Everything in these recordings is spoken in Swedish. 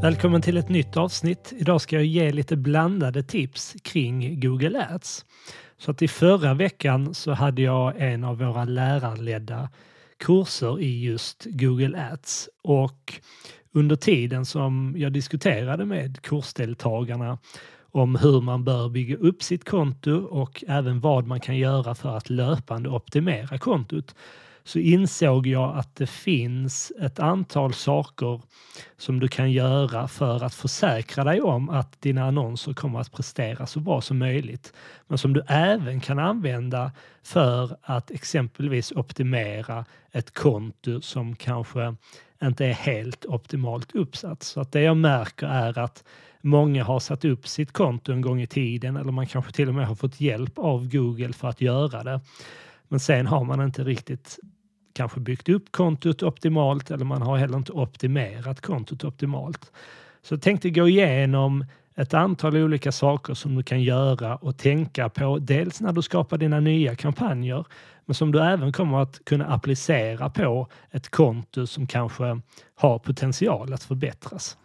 Välkommen till ett nytt avsnitt. Idag ska jag ge lite blandade tips kring Google Ads. Så att i förra veckan så hade jag en av våra lärarledda kurser i just Google Ads. Och under tiden som jag diskuterade med kursdeltagarna om hur man bör bygga upp sitt konto och även vad man kan göra för att löpande optimera kontot, så insåg jag att det finns ett antal saker som du kan göra för att försäkra dig om att dina annonser kommer att prestera så bra som möjligt. Men som du även kan använda för att exempelvis optimera ett konto som kanske inte är helt optimalt uppsatt. Så att det jag märker är att många har satt upp sitt konto en gång i tiden, eller man kanske till och med har fått hjälp av Google för att göra det. Men sen har man inte riktigt kanske byggt upp kontot optimalt, eller man har heller inte optimerat kontot optimalt. Så jag tänkte gå igenom ett antal olika saker som du kan göra och tänka på, dels när du skapar dina nya kampanjer, men som du även kommer att kunna applicera på ett konto som kanske har potential att förbättras.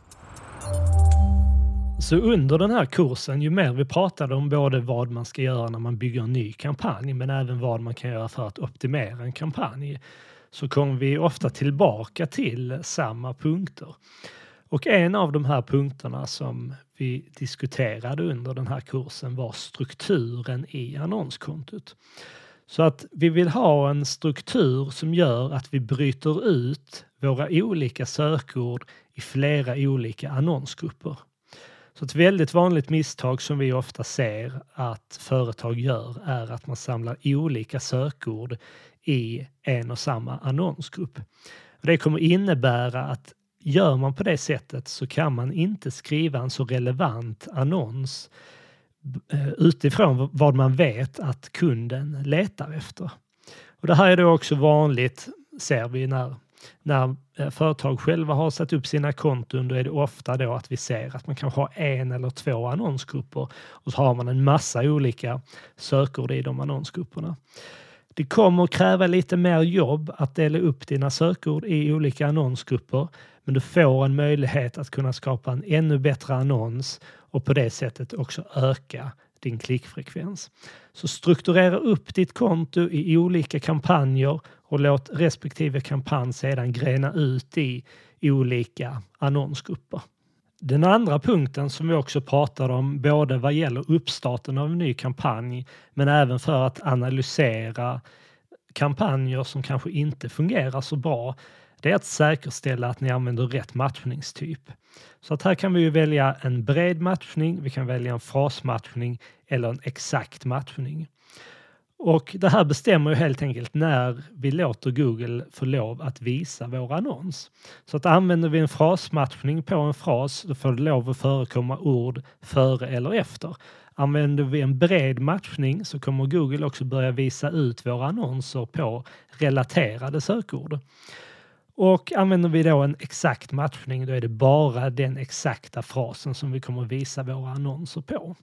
Så under den här kursen, ju mer vi pratade om både vad man ska göra när man bygger en ny kampanj, men även vad man kan göra för att optimera en kampanj, så kommer vi ofta tillbaka till samma punkter. Och en av de här punkterna som vi diskuterade under den här kursen var strukturen i annonskontot. Så att vi vill ha en struktur som gör att vi bryter ut våra olika sökord i flera olika annonsgrupper. Så ett väldigt vanligt misstag som vi ofta ser att företag gör är att man samlar olika sökord i en och samma annonsgrupp. Det kommer innebära att gör man på det sättet så kan man inte skriva en så relevant annons utifrån vad man vet att kunden letar efter. Och det här är då också vanligt, ser vi när företag själva har satt upp sina konton, då är det ofta då att vi ser att man kanske har en eller två annonsgrupper och så har man en massa olika sökord i de annonsgrupperna. Det kommer kräva lite mer jobb att dela upp dina sökord i olika annonsgrupper, men du får en möjlighet att kunna skapa en ännu bättre annons och på det sättet också öka din klickfrekvens. Så strukturera upp ditt konto i olika kampanjer och låt respektive kampanj sedan grena ut i olika annonsgrupper. Den andra punkten som vi också pratar om, både vad gäller uppstarten av en ny kampanj, men även för att analysera kampanjer som kanske inte fungerar så bra, det är att säkerställa att ni använder rätt matchningstyp. Så att här kan vi ju välja en bred matchning, vi kan välja en frasmatchning eller en exakt matchning. Och det här bestämmer ju helt enkelt när vi låter Google få lov att visa vår annons. Så att använder vi en frasmatchning på en fras, då får det lov att förekomma ord före eller efter. Använder vi en bred matchning så kommer Google också börja visa ut våra annonser på relaterade sökord. Och använder vi då en exakt matchning, då är det bara den exakta frasen som vi kommer visa våra annonser på.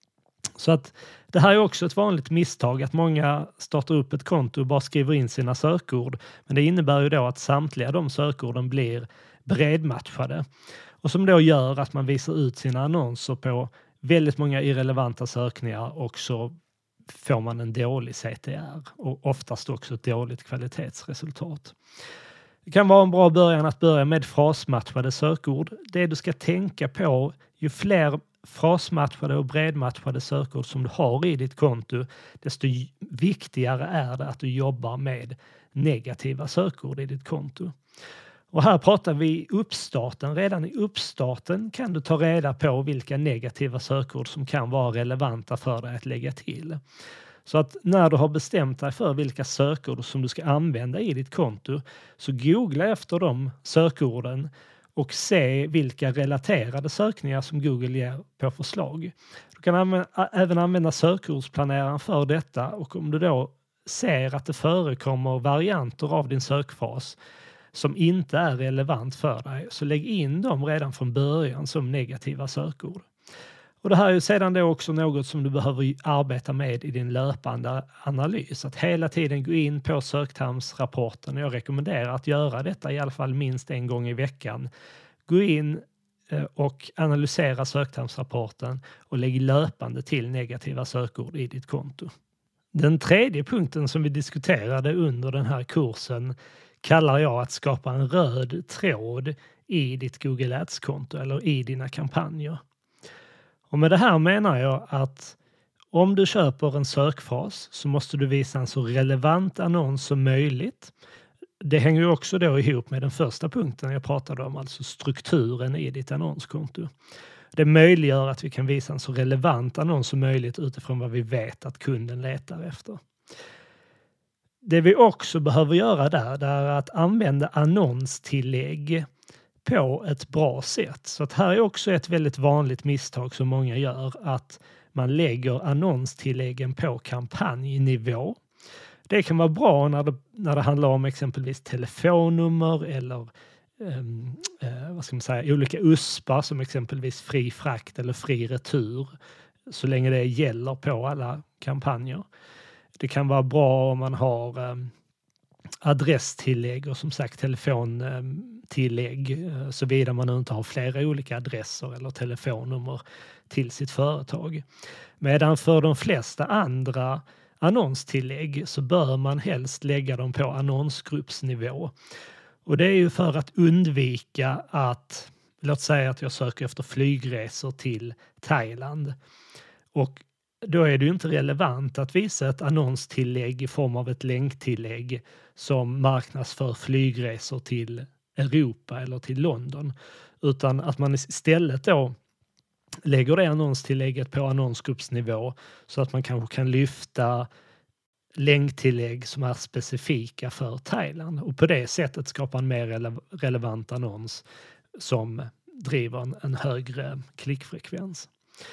Så att det här är också ett vanligt misstag, att många startar upp ett konto och bara skriver in sina sökord. Men det innebär ju då att samtliga de sökorden blir bredmatchade. Och som då gör att man visar ut sina annonser på väldigt många irrelevanta sökningar, och så får man en dålig CTR och oftast också ett dåligt kvalitetsresultat. Det kan vara en bra början att börja med frasmatchade sökord. Det du ska tänka på, ju fler frasmatchade och bredmatchade sökord som du har i ditt konto, desto viktigare är det att du jobbar med negativa sökord i ditt konto. Och här pratar vi uppstarten. Redan i uppstarten kan du ta reda på vilka negativa sökord som kan vara relevanta för dig att lägga till. Så att när du har bestämt dig för vilka sökord som du ska använda i ditt konto, så googla efter de sökorden och se vilka relaterade sökningar som Google ger på förslag. Du kan även använda sökordsplaneraren för detta, och om du då ser att det förekommer varianter av din sökfras som inte är relevant för dig, så lägg in dem redan från början som negativa sökord. Och det här är ju sedan då också något som du behöver arbeta med i din löpande analys. Att hela tiden gå in på söktermsrapporten. Jag rekommenderar att göra detta i alla fall minst en gång i veckan. Gå in, och analysera söktermsrapporten och lägg löpande till negativa sökord i ditt konto. Den tredje punkten som vi diskuterade under den här kursen kallar jag att skapa en röd tråd i ditt Google Ads-konto eller i dina kampanjer. Och med det här menar jag att om du köper en sökfas så måste du visa en så relevant annons som möjligt. Det hänger ju också då ihop med den första punkten jag pratade om, alltså strukturen i ditt annonskonto. Det möjliggör att vi kan visa en så relevant annons som möjligt utifrån vad vi vet att kunden letar efter. Det vi också behöver göra där är att använda annonstillägg på ett bra sätt. Så att här är också ett väldigt vanligt misstag som många gör, att man lägger annonstilläggen på kampanjnivå. Det kan vara bra när det handlar om exempelvis telefonnummer eller olika USPar som exempelvis fri frakt eller fri retur, så länge det gäller på alla kampanjer. Det kan vara bra om man har adresstillägg och som sagt telefontillägg, såvida man inte har flera olika adresser eller telefonnummer till sitt företag. Medan för de flesta andra annonstillägg så bör man helst lägga dem på annonsgruppsnivå. Och det är ju för att undvika att, låt säga att jag söker efter flygresor till Thailand, och då är det ju inte relevant att visa ett annonstillägg i form av ett länktillägg som marknadsför flygresor till Europa eller till London, utan att man istället då lägger det annonstillägget på annonsgruppsnivå så att man kanske kan lyfta länktillägg som är specifika för Thailand och på det sättet skapa en mer relevant annons som driver en högre klickfrekvens.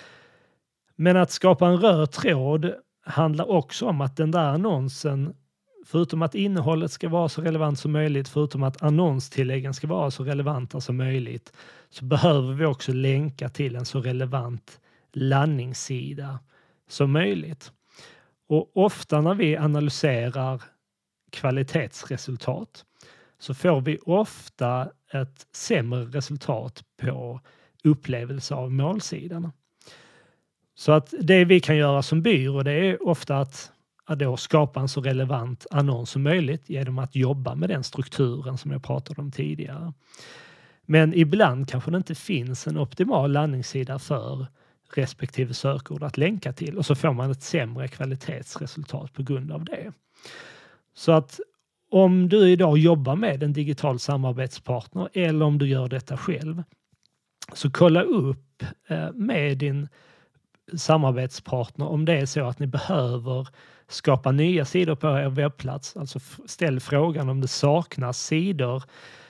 Men att skapa en röd tråd handlar också om att den där annonsen, förutom att innehållet ska vara så relevant som möjligt, förutom att annonstilläggen ska vara så relevanta som möjligt, så behöver vi också länka till en så relevant landningssida som möjligt. Och ofta när vi analyserar kvalitetsresultat så får vi ofta ett sämre resultat på upplevelse av målsidan. Så att det vi kan göra som byrå, det är ofta att då skapa en så relevant annons som möjligt genom att jobba med den strukturen som jag pratade om tidigare. Men ibland kanske det inte finns en optimal landningssida för respektive sökord att länka till och så får man ett sämre kvalitetsresultat på grund av det. Så att om du idag jobbar med en digital samarbetspartner eller om du gör detta själv, så kolla upp med din samarbetspartner om det är så att ni behöver skapa nya sidor på er webbplats. Alltså ställ frågan om det saknas sidor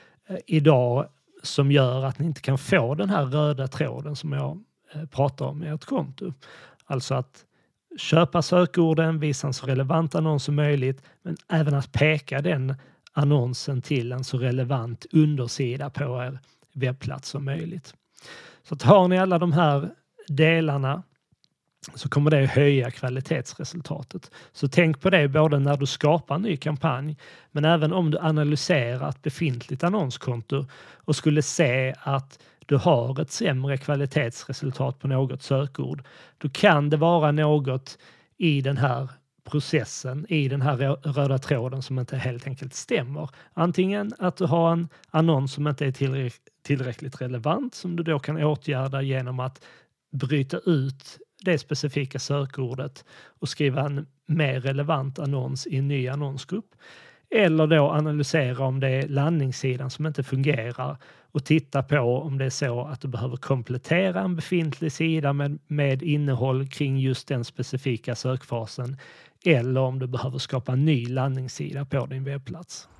idag som gör att ni inte kan få den här röda tråden som jag pratar om i ert konto. Alltså att köpa sökorden, visa en så relevant annons som möjligt, men även att peka den annonsen till en så relevant undersida på er webbplats som möjligt. Så att har ni alla de här delarna så kommer det höja kvalitetsresultatet. Så tänk på det både när du skapar en ny kampanj, men även om du analyserar ett befintligt annonskonto och skulle se att du har ett sämre kvalitetsresultat på något sökord, då kan det vara något i den här processen, i den här röda tråden som inte helt enkelt stämmer. Antingen att du har en annons som inte är tillräckligt relevant som du då kan åtgärda genom att bryta ut det specifika sökordet och skriva en mer relevant annons i en ny annonsgrupp. Eller då analysera om det är landningssidan som inte fungerar och titta på om det är så att du behöver komplettera en befintlig sida med innehåll kring just den specifika sökfasen, eller om du behöver skapa en ny landningssida på din webbplats.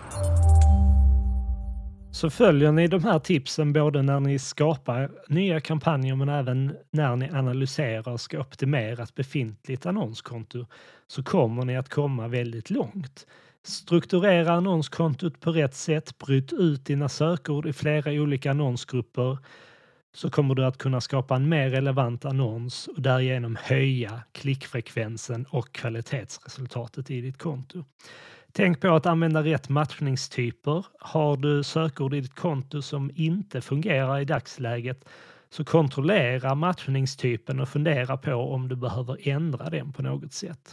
Så följer ni de här tipsen både när ni skapar nya kampanjer men även när ni analyserar och ska optimera ett befintligt annonskonto, så kommer ni att komma väldigt långt. Strukturera annonskontot på rätt sätt, bryt ut dina sökord i flera olika annonsgrupper, så kommer du att kunna skapa en mer relevant annons och därigenom höja klickfrekvensen och kvalitetsresultatet i ditt konto. Tänk på att använda rätt matchningstyper. Har du sökord i ditt konto som inte fungerar i dagsläget, så kontrollera matchningstypen och fundera på om du behöver ändra den på något sätt.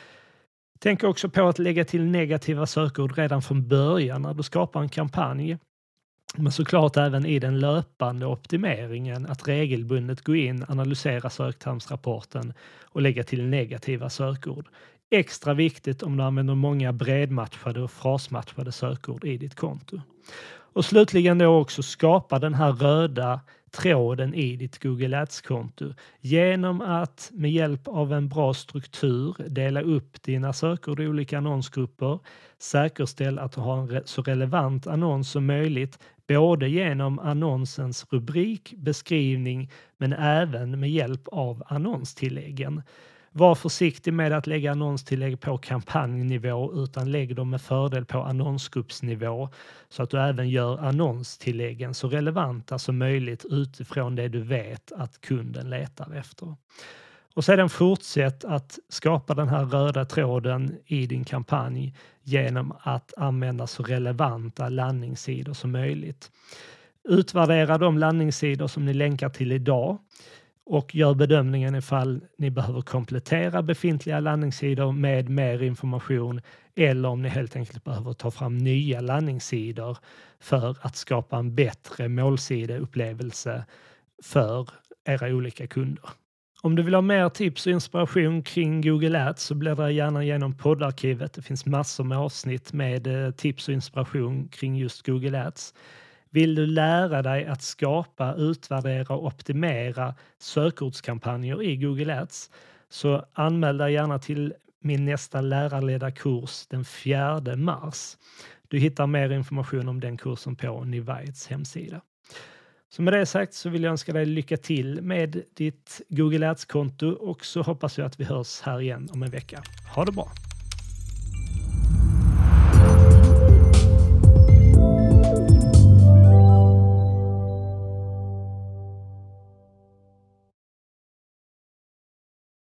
Tänk också på att lägga till negativa sökord redan från början när du skapar en kampanj. Men såklart även i den löpande optimeringen, att regelbundet gå in, analysera söktermsrapporten och lägga till negativa sökord. Extra viktigt om du använder många bredmatchade och frasmatchade sökord i ditt konto. Och slutligen då också skapa den här röda tråden i ditt Google Ads-konto genom att med hjälp av en bra struktur dela upp dina sökord i olika annonsgrupper. Säkerställ att du har en så relevant annons som möjligt, både genom annonsens rubrik, beskrivning, men även med hjälp av annonstilläggen. Var försiktig med att lägga annonstillägg på kampanjnivå, utan lägg dem med fördel på annonsgruppsnivå, så att du även gör annonstilläggen så relevanta som möjligt utifrån det du vet att kunden letar efter. Och sedan fortsätt att skapa den här röda tråden i din kampanj genom att använda så relevanta landningssidor som möjligt. Utvärdera de landningssidor som ni länkar till idag och gör bedömningen ifall ni behöver komplettera befintliga landningssidor med mer information, eller om ni helt enkelt behöver ta fram nya landningssidor för att skapa en bättre målsideupplevelse för era olika kunder. Om du vill ha mer tips och inspiration kring Google Ads, så bläddra gärna igenom poddarkivet. Det finns massor med avsnitt med tips och inspiration kring just Google Ads. Vill du lära dig att skapa, utvärdera och optimera sökordskampanjer i Google Ads, så anmäl dig gärna till min nästa lärarledda kurs den 4 mars. Du hittar mer information om den kursen på Nivides hemsida. Så med det sagt så vill jag önska dig lycka till med ditt Google Ads-konto, och så hoppas jag att vi hörs här igen om en vecka. Ha det bra!